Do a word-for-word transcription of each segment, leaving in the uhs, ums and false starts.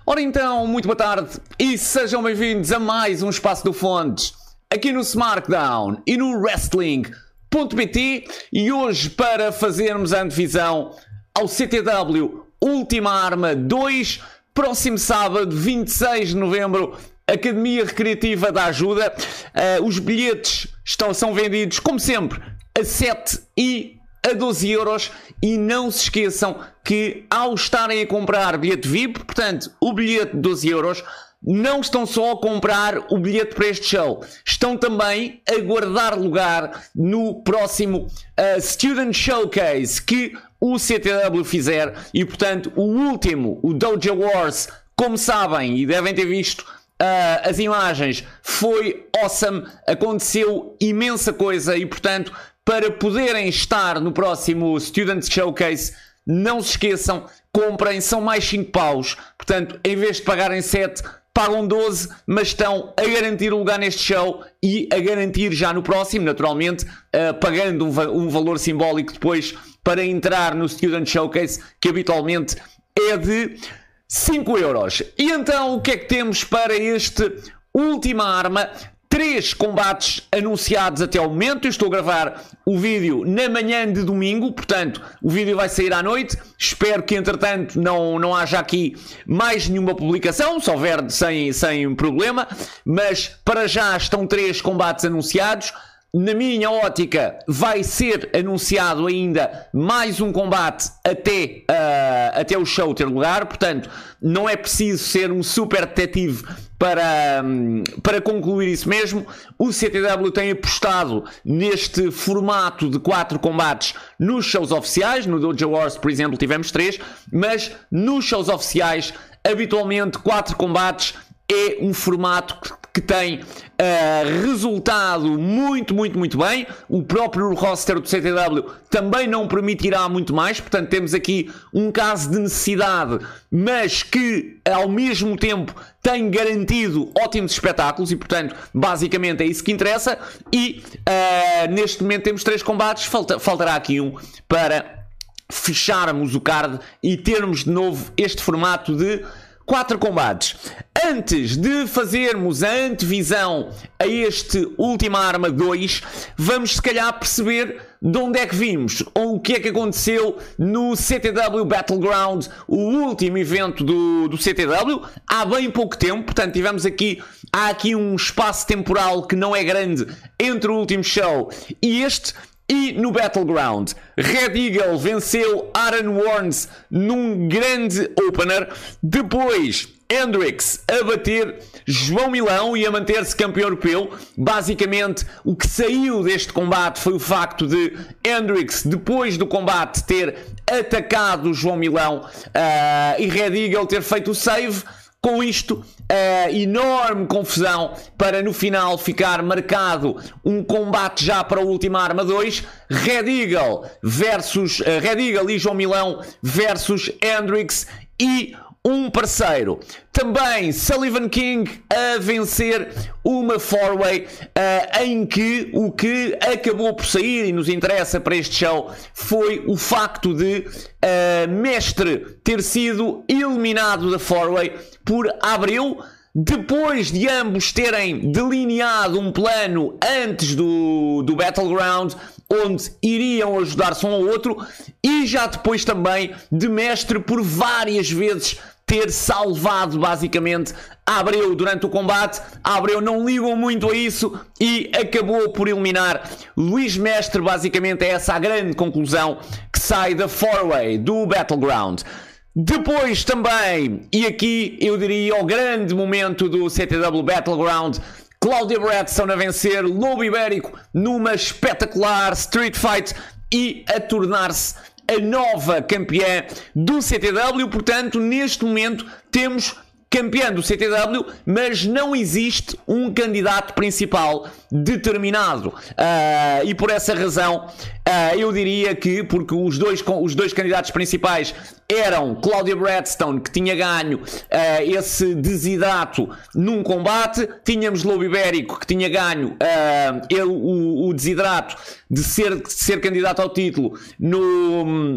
Ora então, muito boa tarde e sejam bem-vindos a mais um Espaço do Fontes aqui no SmackDown e no Wrestling ponto pt, e hoje para fazermos a antevisão ao C T W Última Arma dois, próximo sábado, vinte e seis de novembro, Academia Recreativa da Ajuda. Uh, os bilhetes estão, são vendidos, como sempre, a sete e a doze euros, e não se esqueçam que ao estarem a comprar bilhete V I P, portanto, o bilhete de doze euros, não estão só a comprar o bilhete para este show, estão também a guardar lugar no próximo uh, Student Showcase que o C T W fizer, e portanto o último, o Dojo Wars, como sabem e devem ter visto uh, as imagens, foi awesome, aconteceu imensa coisa, e portanto para poderem estar no próximo Student Showcase, não se esqueçam, comprem, são mais cinco paus, portanto em vez de pagarem sete, pagam doze, mas estão a garantir o lugar neste show e a garantir já no próximo, naturalmente, uh, pagando um, va um valor simbólico depois para entrar no Student Showcase, que habitualmente é de cinco euros. E então o que é que temos para este Última Arma? Três combates anunciados até ao momento. Eu estou a gravar o vídeo na manhã de domingo, portanto o vídeo vai sair à noite. Espero que entretanto não, não haja aqui mais nenhuma publicação, se houver sem, sem problema, mas para já estão três combates anunciados. Na minha ótica vai ser anunciado ainda mais um combate até, uh, até o show ter lugar, portanto não é preciso ser um super detetive para, um, para concluir isso mesmo. O C T W tem apostado neste formato de quatro combates nos shows oficiais. No Dojo Wars, por exemplo, tivemos três, mas nos shows oficiais habitualmente quatro combates é um formato que, que tem uh, resultado muito, muito, muito bem. O próprio roster do C T W também não permitirá muito mais, portanto temos aqui um caso de necessidade, mas que ao mesmo tempo tem garantido ótimos espetáculos, e portanto basicamente é isso que interessa. E uh, neste momento temos três combates, falta, faltará aqui um para fecharmos o card e termos de novo este formato de quatro combates. Antes de fazermos a antevisão a este Última Arma dois, vamos se calhar perceber de onde é que vimos, ou o que é que aconteceu no C T W Battleground, o último evento do, do C T W, há bem pouco tempo. Portanto tivemos aqui, há aqui um espaço temporal que não é grande entre o último show e este. E no Battleground, Red Eagle venceu Aaron Warnes num grande opener. Depois, Hendrix a bater João Milão e a manter-se campeão europeu. Basicamente, o que saiu deste combate foi o facto de Hendrix, depois do combate, ter atacado João Milão uh, e Red Eagle ter feito o save. Com isto, uh, enorme confusão para no final ficar marcado um combate já para o Última Arma dois. Red Eagle versus uh, Red Eagle e João Milão versus Hendrix e um parceiro. Também Sullivan King a vencer uma four-way uh, em que o que acabou por sair e nos interessa para este show foi o facto de uh, Mestre ter sido eliminado da four-way por Abreu, depois de ambos terem delineado um plano antes do, do Battleground, onde iriam ajudar-se um ao outro, e já depois também de Mestre por várias vezes ter salvado basicamente Abreu durante o combate. Abreu não ligou muito a isso e acabou por eliminar Luís Mestre. Basicamente é essa a grande conclusão que sai da four-way do Battleground. Depois também, e aqui eu diria o grande momento do C T W Battleground, Cláudia Bradson a vencer Lobo Ibérico numa espetacular Street Fight e a tornar-se a nova campeã do C T W. Portanto, neste momento temos campeã do C T W, mas não existe um candidato principal determinado. Uh, e por essa razão, uh, eu diria que, porque os dois, os dois candidatos principais eram Cláudia Bradstone, que tinha ganho uh, esse desidrato num combate, tínhamos Lobo Ibérico, que tinha ganho uh, ele, o, o desidrato de ser, de ser candidato ao título no...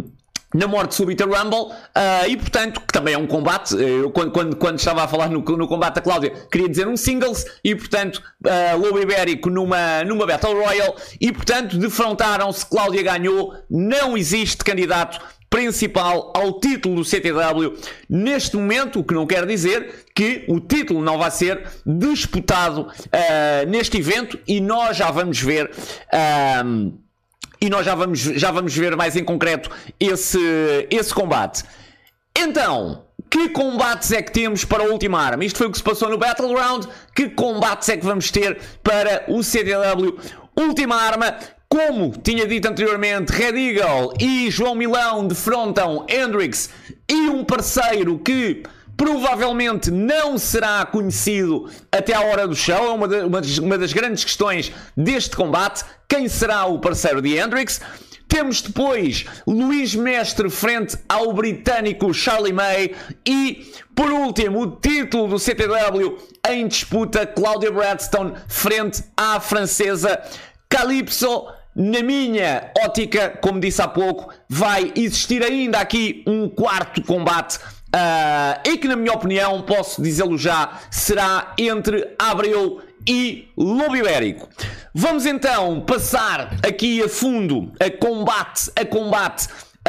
na morte súbita Rumble, uh, e portanto, que também é um combate. Eu, quando, quando, quando estava a falar no, no combate da Cláudia, queria dizer um singles, e portanto, uh, Lobo Ibérico numa, numa Battle Royale, e portanto, defrontaram-se. Cláudia ganhou. Não existe candidato principal ao título do C T W neste momento, o que não quer dizer que o título não vai ser disputado uh, neste evento, e nós já vamos ver. Uh, E nós já vamos, já vamos ver mais em concreto esse, esse combate. Então, que combates é que temos para a última arma? Isto foi o que se passou no Battleground. Que combates é que vamos ter para o C T W Última Arma? Como tinha dito anteriormente, Red Eagle e João Milão defrontam Hendrix e um parceiro que provavelmente não será conhecido até à hora do show. É uma, de, uma, uma das grandes questões deste combate. Quem será o parceiro de Hendrix? Temos depois Luís Mestre frente ao britânico Charlie May. E, por último, o título do C T W em disputa, Claudia Bradstone frente à francesa Calypso. Na minha ótica, como disse há pouco, vai existir ainda aqui um quarto combate. Uh, e que, na minha opinião, posso dizê-lo já, será entre Abreu e Lobo Ibérico. Vamos então passar aqui a fundo, a combate a combate,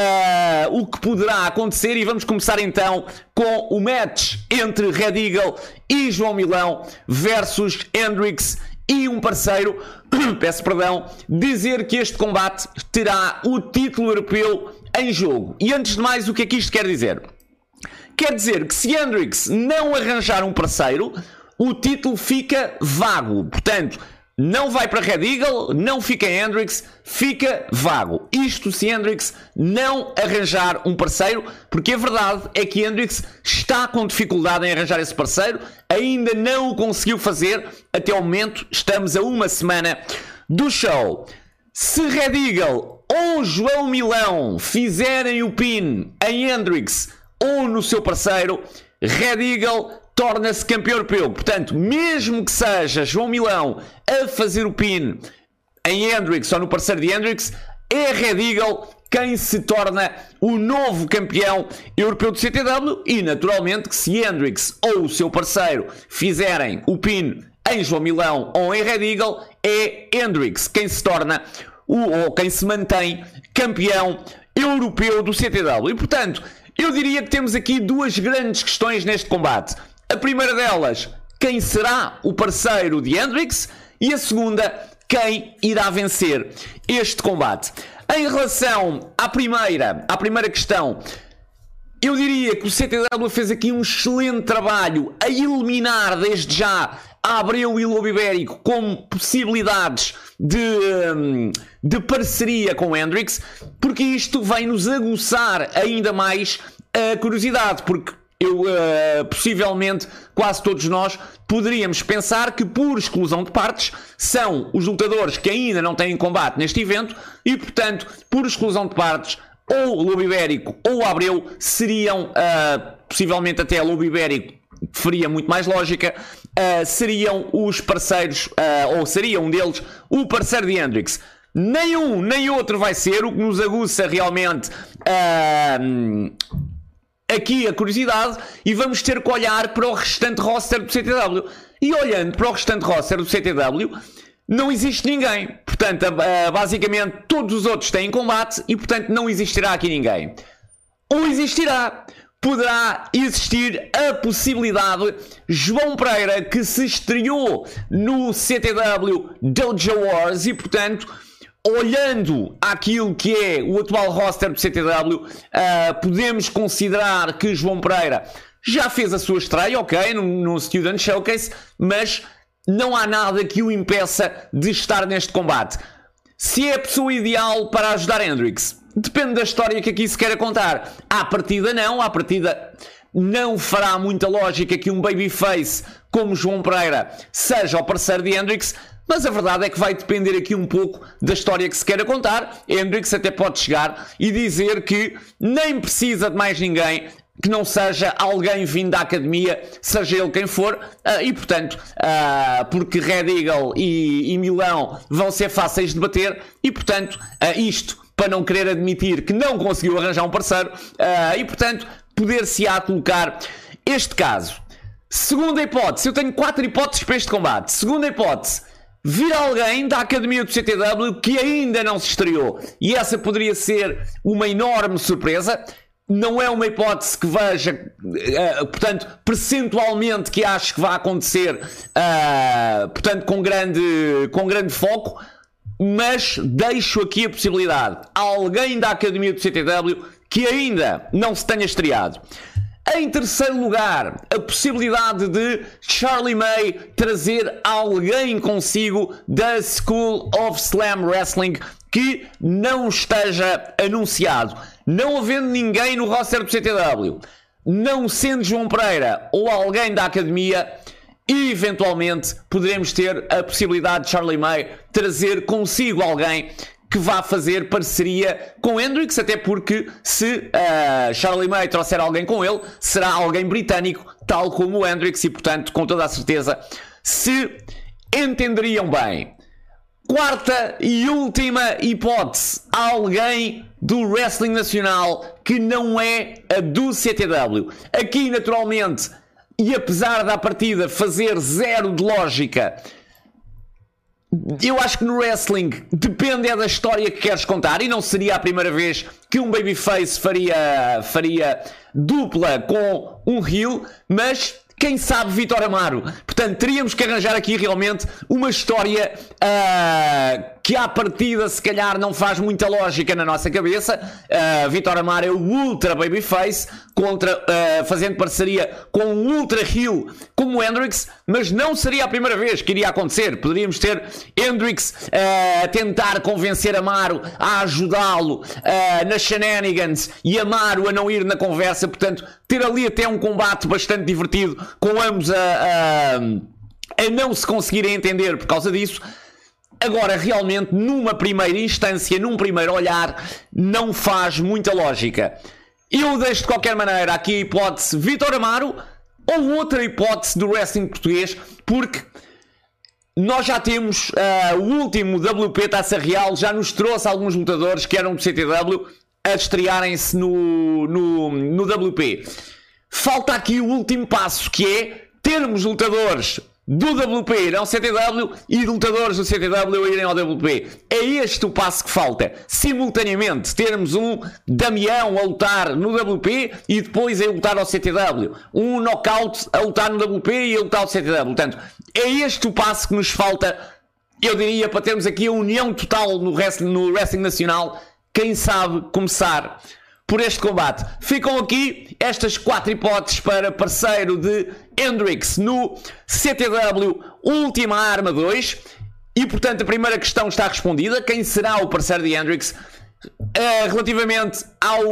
uh, o que poderá acontecer, e vamos começar então com o match entre Red Eagle e João Milão versus Hendrix e um parceiro. Peço perdão, dizer que este combate terá o título europeu em jogo. E antes de mais, o que é que isto quer dizer? Quer dizer que se Hendrix não arranjar um parceiro, o título fica vago. Portanto, não vai para Red Eagle, não fica Hendrix, fica vago. Isto se Hendrix não arranjar um parceiro, porque a verdade é que Hendrix está com dificuldade em arranjar esse parceiro, ainda não o conseguiu fazer até ao momento. Estamos a uma semana do show. Se Red Eagle ou João Milão fizerem o pin em Hendrix ou no seu parceiro, Red Eagle torna-se campeão europeu. Portanto, mesmo que seja João Milão a fazer o pin em Hendrix ou no parceiro de Hendrix, é Red Eagle quem se torna o novo campeão europeu do C T W. E naturalmente que se Hendrix ou o seu parceiro fizerem o pin em João Milão ou em Red Eagle, é Hendrix quem se torna o, ou quem se mantém campeão europeu do C T W. E portanto, eu diria que temos aqui duas grandes questões neste combate. A primeira delas, quem será o parceiro de Hendrix? E a segunda, quem irá vencer este combate? Em relação à primeira, à primeira questão, eu diria que o C T W fez aqui um excelente trabalho a eliminar desde já Abreu e Lobo Ibérico como possibilidades de, de parceria com Hendrix, porque isto vai nos aguçar ainda mais a curiosidade, porque eu, uh, possivelmente, quase todos nós poderíamos pensar que, por exclusão de partes, são os lutadores que ainda não têm combate neste evento e, portanto, por exclusão de partes, ou o Lobo Ibérico ou o Abreu seriam, uh, possivelmente até o Lobo Ibérico, que faria muito mais lógica, uh, seriam os parceiros, uh, ou seria um deles o parceiro de Hendrix. Nem um nem outro vai ser, o que nos aguça realmente uh, aqui a curiosidade, e vamos ter que olhar para o restante roster do C T W. E olhando para o restante roster do C T W, não existe ninguém. Portanto, uh, basicamente todos os outros têm combate e, portanto, não existirá aqui ninguém. Ou existirá. Poderá existir a possibilidade João Pereira, que se estreou no C T W Dojo Wars e, portanto, olhando àquilo que é o atual roster do C T W, uh, podemos considerar que João Pereira já fez a sua estreia, ok, no, no Student Showcase, mas não há nada que o impeça de estar neste combate. Se é a pessoa ideal para ajudar Hendrix, depende da história que aqui se queira contar. À partida não, à partida não fará muita lógica que um babyface como João Pereira seja o parceiro de Hendrix, mas a verdade é que vai depender aqui um pouco da história que se queira contar. Hendrix até pode chegar e dizer que nem precisa de mais ninguém que não seja alguém vindo da academia, seja ele quem for, uh, e portanto, uh, porque Red Eagle e, e Milão vão ser fáceis de bater, e portanto, uh, isto para não querer admitir que não conseguiu arranjar um parceiro uh, e, portanto, poder-se-á colocar este caso. Segunda hipótese, eu tenho quatro hipóteses para este combate. Segunda hipótese, vir alguém da academia do C T W que ainda não se estreou. E essa poderia ser uma enorme surpresa. Não é uma hipótese que veja, uh, portanto, percentualmente que acho que vai acontecer, uh, portanto, com grande, com grande foco, mas deixo aqui a possibilidade. Há alguém da academia do C T W que ainda não se tenha estreado. Em terceiro lugar, a possibilidade de Charlie May trazer alguém consigo da School of Slam Wrestling que não esteja anunciado. Não havendo ninguém no roster do C T W, não sendo João Pereira ou alguém da academia, e eventualmente poderemos ter a possibilidade de Charlie May trazer consigo alguém que vá fazer parceria com Hendrix, até porque se uh, Charlie May trouxer alguém com ele, será alguém britânico, tal como o Hendrix, e portanto, com toda a certeza, se entenderiam bem. Quarta e última hipótese, alguém do Wrestling Nacional que não é a do C T W. Aqui, naturalmente, e apesar da partida fazer zero de lógica, eu acho que no wrestling depende é da história que queres contar, e não seria a primeira vez que um babyface faria, faria dupla com um heel, mas quem sabe Vitor Amaro. Portanto, teríamos que arranjar aqui realmente uma história uh, que à partida se calhar não faz muita lógica na nossa cabeça. Uh, Vitor Amaro é o ultra babyface, contra, uh, fazendo parceria com um ultra heel como o Hendrix, mas não seria a primeira vez que iria acontecer. Poderíamos ter Hendrix uh, a tentar convencer Amaro a ajudá-lo uh, nas shenanigans e Amaro a não ir na conversa, portanto, ter ali até um combate bastante divertido, com ambos a, a, a não se conseguirem entender por causa disso. Agora, realmente, numa primeira instância, num primeiro olhar, não faz muita lógica. Eu deixo de qualquer maneira aqui a hipótese Vitor Amaro ou outra hipótese do wrestling português, porque nós já temos uh, o último W P Taça Real, já nos trouxe alguns lutadores que eram do C T W a estrearem-se no, no, no W P. Falta aqui o último passo, que é termos lutadores do W P irem ao C T W e lutadores do C T W irem ao W P. É este o passo que falta. Simultaneamente, termos um Damião a lutar no W P e depois a lutar ao C T W. Um Knockout a lutar no W P e a lutar ao C T W. Portanto, é este o passo que nos falta, eu diria, para termos aqui a união total no wrestling, no wrestling nacional. Quem sabe começar por este combate. Ficam aqui estas quatro hipóteses para parceiro de Hendrix no C T W Última Arma dois. E, portanto, a primeira questão está respondida. Quem será o parceiro de Hendrix? Uh, relativamente ao,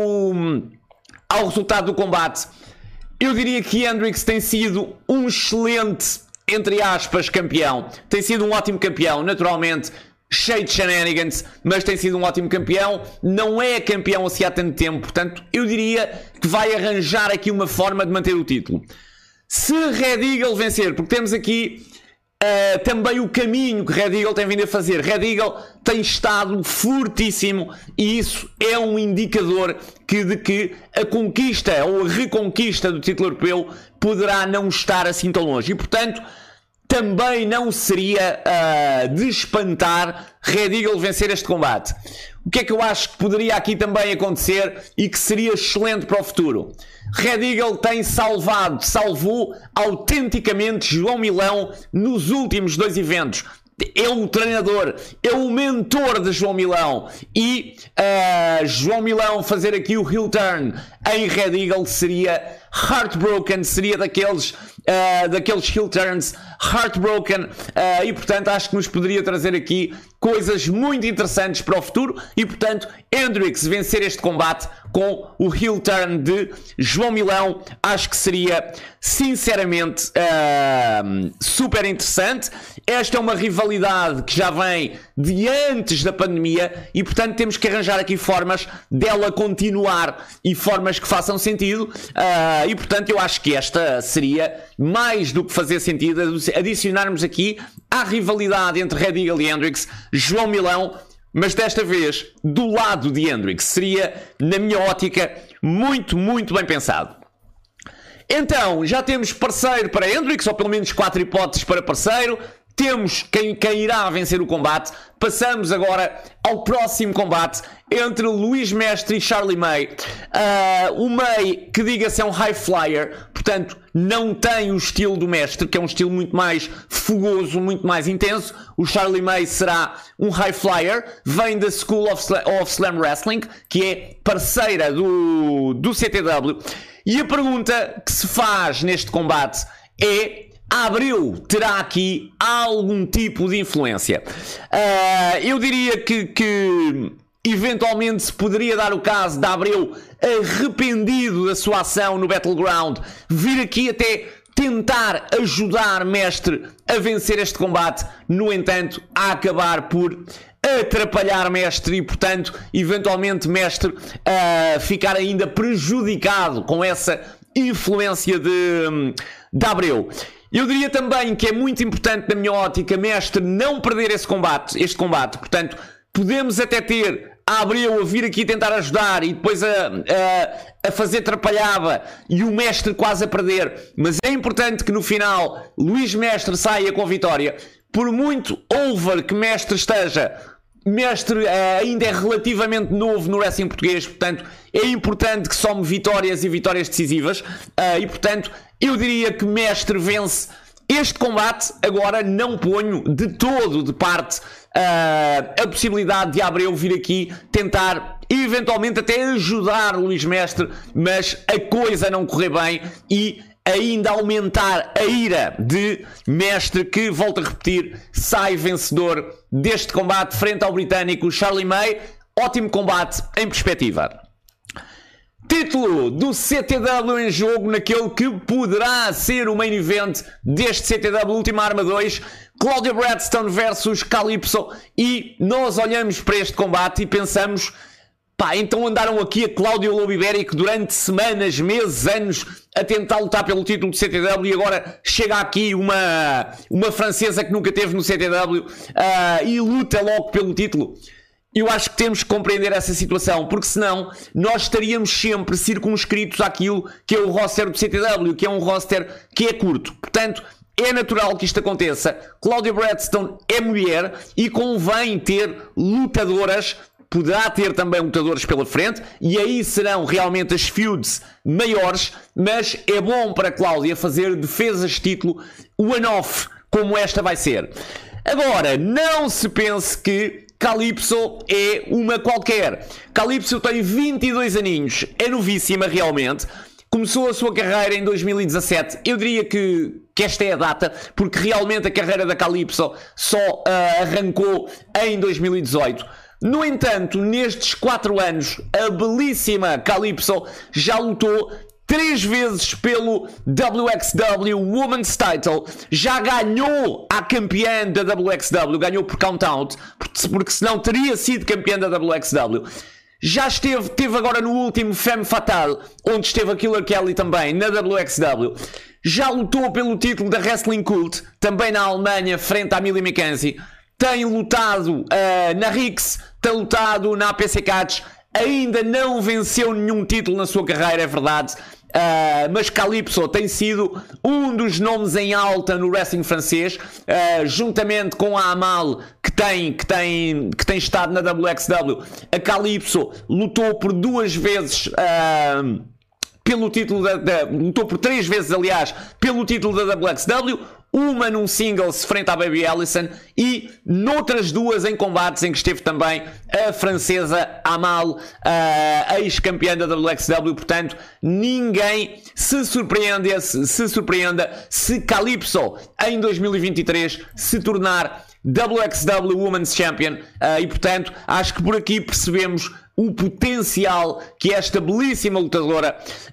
ao resultado do combate, eu diria que Hendrix tem sido um excelente, entre aspas, campeão. Tem sido um ótimo campeão, naturalmente, cheio de shenanigans, mas tem sido um ótimo campeão. Não é campeão assim há tanto tempo, portanto, eu diria que vai arranjar aqui uma forma de manter o título. Se Red Eagle vencer, porque temos aqui uh, também o caminho que Red Eagle tem vindo a fazer. Red Eagle tem estado fortíssimo e isso é um indicador que, de que a conquista ou a reconquista do título europeu poderá não estar assim tão longe. E, portanto, também não seria uh, de espantar Red Eagle vencer este combate. O que é que eu acho que poderia aqui também acontecer e que seria excelente para o futuro? Red Eagle tem salvado, salvou autenticamente João Milão nos últimos dois eventos. É o treinador, é o mentor de João Milão. E uh, João Milão fazer aqui o heel turn em Red Eagle seria heartbroken, seria daqueles, uh, daqueles heel turns heartbroken, uh, e portanto acho que nos poderia trazer aqui coisas muito interessantes para o futuro. E portanto Hendrix vencer este combate com o heel turn de João Milão, acho que seria sinceramente uh, super interessante. Esta é uma rivalidade que já vem de antes da pandemia e portanto temos que arranjar aqui formas dela continuar e formas que façam sentido, uh, e portanto eu acho que esta seria mais do que fazer sentido adicionarmos aqui à rivalidade entre Red Eagle e Hendrix João Milão mas desta vez do lado de Hendricks. Seria, na minha ótica, muito, muito bem pensado. Então, já temos parceiro para Hendricks, ou pelo menos quatro hipóteses para parceiro. Temos quem, quem irá vencer o combate. Passamos agora ao próximo combate entre Luís Mestre e Charlie May. Uh, o May, que diga-se, é um high flyer, portanto não tem o estilo do Mestre, que é um estilo muito mais fogoso, muito mais intenso. O Charlie May será um high flyer, vem da School of, Slam, of Slam Wrestling, que é parceira do, do C T W. E a pergunta que se faz neste combate é: a Abreu terá aqui algum tipo de influência? Uh, eu diria que, que eventualmente se poderia dar o caso da Abreu, arrependido da sua ação no Battleground, vir aqui até tentar ajudar Mestre a vencer este combate, no entanto, a acabar por atrapalhar Mestre e, portanto, eventualmente Mestre uh, ficar ainda prejudicado com essa influência de, de Abreu. Eu diria também que é muito importante, na minha ótica, Mestre não perder esse combate, este combate. Portanto, podemos até ter a Abreu a vir aqui tentar ajudar e depois a, a, a fazer atrapalhava e o Mestre quase a perder. Mas é importante que no final Luís Mestre saia com a vitória. Por muito over que Mestre esteja, Mestre uh, ainda é relativamente novo no wrestling português, portanto é importante que some vitórias e vitórias decisivas, uh, e portanto eu diria que Mestre vence este combate. Agora não ponho de todo de parte uh, a possibilidade de Abreu vir aqui tentar eventualmente até ajudar o Luís Mestre, mas a coisa não correr bem e ainda aumentar a ira de Mestre, que, volto a repetir, sai vencedor deste combate frente ao britânico Charlie May. Ótimo combate em perspectiva. Título do C T W em jogo naquele que poderá ser o main event deste C T W Ultima Arma dois. Claudia Bradstone versus Calypso. E nós olhamos para este combate e pensamos: pá, então andaram aqui a Cláudia Lobo Ibérico durante semanas, meses, anos a tentar lutar pelo título do C T W e agora chega aqui uma, uma francesa que nunca teve no C T W uh, e luta logo pelo título. Eu acho que temos que compreender essa situação, porque senão nós estaríamos sempre circunscritos àquilo que é o roster do C T W, que é um roster que é curto. Portanto, é natural que isto aconteça. Claudia Bradstone é mulher e convém ter lutadoras. Poderá ter também lutadores pela frente e aí serão realmente as feuds maiores, mas é bom para Cláudia fazer defesas de título one-off, como esta vai ser. Agora, não se pense que Calypso é uma qualquer. Calypso tem vinte e dois aninhos, é novíssima realmente. Começou a sua carreira em dois mil e dezassete. Eu diria que, que esta é a data, porque realmente a carreira da Calypso só uh, arrancou em dois mil e dezoito. No entanto, nestes quatro anos, a belíssima Calypso já lutou três vezes pelo W X W Women's Title, já ganhou a campeã da W X W, ganhou por count out, porque senão teria sido campeã da W X W. Já esteve, teve agora no último Femme Fatale, onde esteve a Killer Kelly também, na W X W. Já lutou pelo título da Wrestling Cult, também na Alemanha, frente à Millie McKenzie. Tem lutado uh, na Rix, tem lutado na A P C Catch, ainda não venceu nenhum título na sua carreira, é verdade. Uh, mas Calypso tem sido um dos nomes em alta no wrestling francês, uh, juntamente com a Amal, que tem, que, tem, que tem estado na W X W. A Calypso lutou por duas vezes uh, pelo título da, da, lutou por três vezes, aliás, pelo título da W X W. Uma num singles frente à Baby Allison e noutras duas em combates em que esteve também a francesa Amal, a ex-campeã da W X W. Portanto, ninguém se surpreenda se, se surpreenda se Calypso em dois mil e vinte e três se tornar W X W Women's Champion, uh, e portanto acho que por aqui percebemos o potencial que esta belíssima lutadora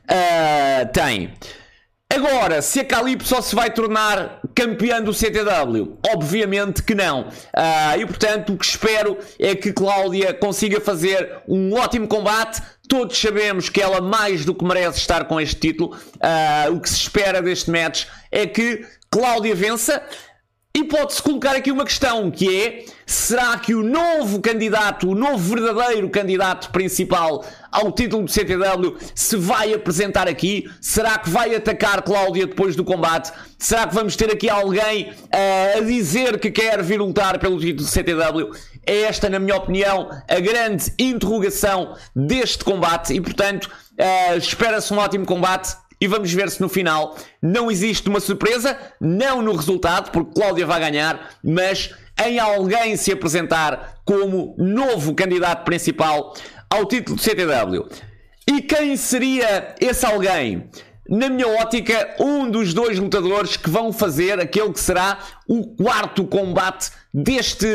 uh, tem. Agora, se a Calypso se vai tornar campeã do C T W? Obviamente que não. Uh, e portanto o que espero é que Cláudia consiga fazer um ótimo combate. Todos sabemos que ela mais do que merece estar com este título. Uh, o que se espera deste match é que Cláudia vença. E pode-se colocar aqui uma questão, que é, será que o novo candidato, o novo verdadeiro candidato principal ao título do C T W se vai apresentar aqui? Será que vai atacar Cláudia depois do combate? Será que vamos ter aqui alguém uh, a dizer que quer vir lutar pelo título do C T W? É esta, na minha opinião, a grande interrogação deste combate e, portanto, uh, espera-se um ótimo combate. E vamos ver se no final não existe uma surpresa, não no resultado, porque Cláudia vai ganhar, mas em alguém se apresentar como novo candidato principal ao título do C T W. E quem seria esse alguém? Na minha ótica, um dos dois lutadores que vão fazer aquele que será o quarto combate deste,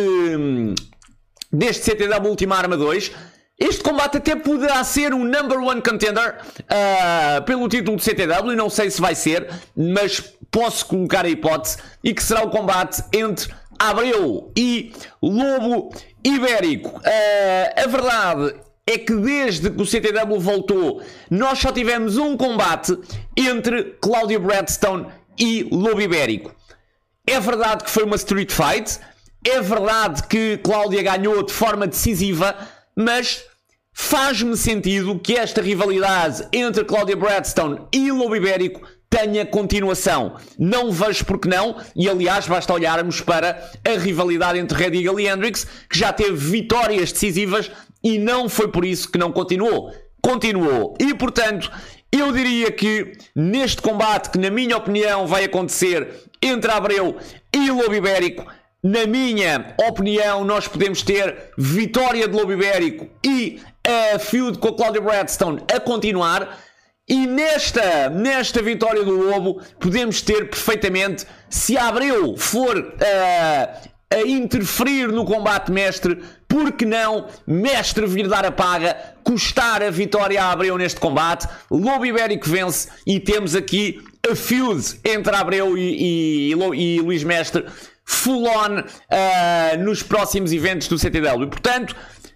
deste C T W Ultima Arma dois. Este combate até poderá ser um number one contender uh, pelo título do C T W, não sei se vai ser, mas posso colocar a hipótese, e que será o combate entre Abreu e Lobo Ibérico. Uh, a verdade é que desde que o C T W voltou, nós só tivemos um combate entre Claudia Bradstone e Lobo Ibérico. É verdade que foi uma street fight, é verdade que Cláudia ganhou de forma decisiva, mas faz-me sentido que esta rivalidade entre Claudia Bradstone e Lobo Ibérico tenha continuação. Não vejo porque não, e aliás basta olharmos para a rivalidade entre Red Eagle e Hendrix, que já teve vitórias decisivas e não foi por isso que não continuou. Continuou. E portanto, eu diria que neste combate, que na minha opinião vai acontecer entre Abreu e Lobo Ibérico, na minha opinião, nós podemos ter vitória de Lobo Ibérico e a feud com a Claudia Bradstone a continuar. E nesta, nesta vitória do Lobo, podemos ter perfeitamente, se a Abreu for uh, a interferir no combate mestre, por que não mestre vir dar a paga, custar a vitória a Abreu neste combate, Lobo Ibérico vence e temos aqui a feud entre Abreu e, e, e, e Luís Mestre full on uh, nos próximos eventos do C T W. Portanto,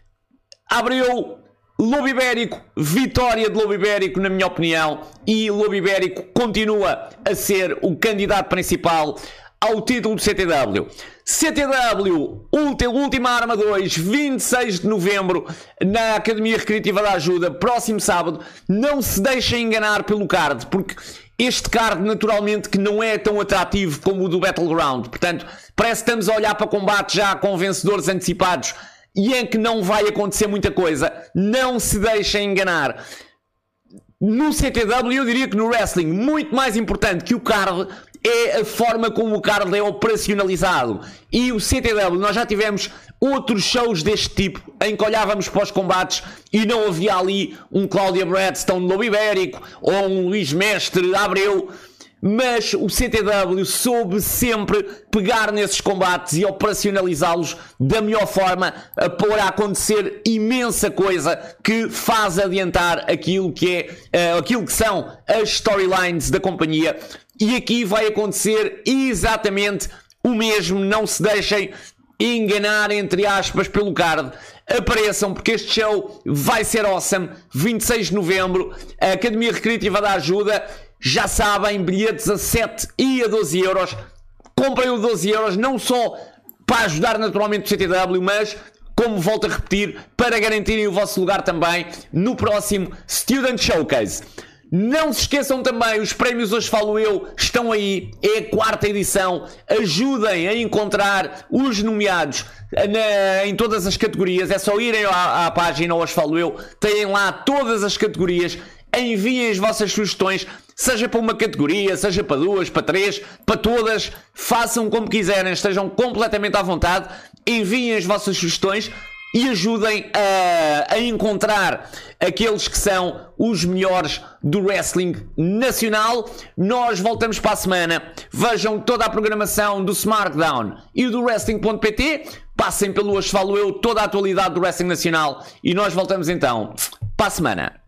Abreu, Lobo Ibérico, vitória de Lobo Ibérico na minha opinião, e Lobo Ibérico continua a ser o candidato principal ao título do C T W. C T W Ultima Arma dois, vinte e seis de novembro, na Academia Recreativa da Ajuda, próximo sábado. Não se deixem enganar pelo card, porque este card naturalmente que não é tão atrativo como o do Battleground. Portanto, parece que estamos a olhar para combate já com vencedores antecipados e em que não vai acontecer muita coisa. Não se deixem enganar. No C T W, eu diria que no wrestling, muito mais importante que o card é a forma como o card é operacionalizado. E o C T W, nós já tivemos outros shows deste tipo, em que olhávamos para os combates e não havia ali um Claudia Bradstone Lobo Ibérico ou um Luís Mestre Abreu, mas o C T W soube sempre pegar nesses combates e operacionalizá-los da melhor forma, a pôr a acontecer imensa coisa que faz adiantar aquilo que é, uh, aquilo que são as storylines da companhia. E aqui vai acontecer exatamente o mesmo. Não se deixem enganar, entre aspas, pelo card. Apareçam, porque este show vai ser awesome. vinte e seis de novembro, a Academia Recreativa da Ajuda. Já sabem, bilhetes a sete e a doze euros. Comprem o doze euros, não só para ajudar naturalmente o C T W, mas, como volto a repetir, para garantirem o vosso lugar também no próximo Student Showcase. Não se esqueçam também, os prémios Hoje Falo Eu estão aí, é a quarta edição. Ajudem a encontrar os nomeados na, em todas as categorias. É só irem à, à página Hoje Falo Eu, têm lá todas as categorias. Enviem as vossas sugestões, seja para uma categoria, seja para duas, para três, para todas. Façam como quiserem, estejam completamente à vontade. Enviem as vossas sugestões e ajudem a, a encontrar aqueles que são os melhores do wrestling nacional. Nós voltamos para a semana. Vejam toda a programação do SmackDown e do Wrestling ponto pt. Passem pelo Hoje Falo Eu, toda a atualidade do wrestling nacional. E nós voltamos então para a semana.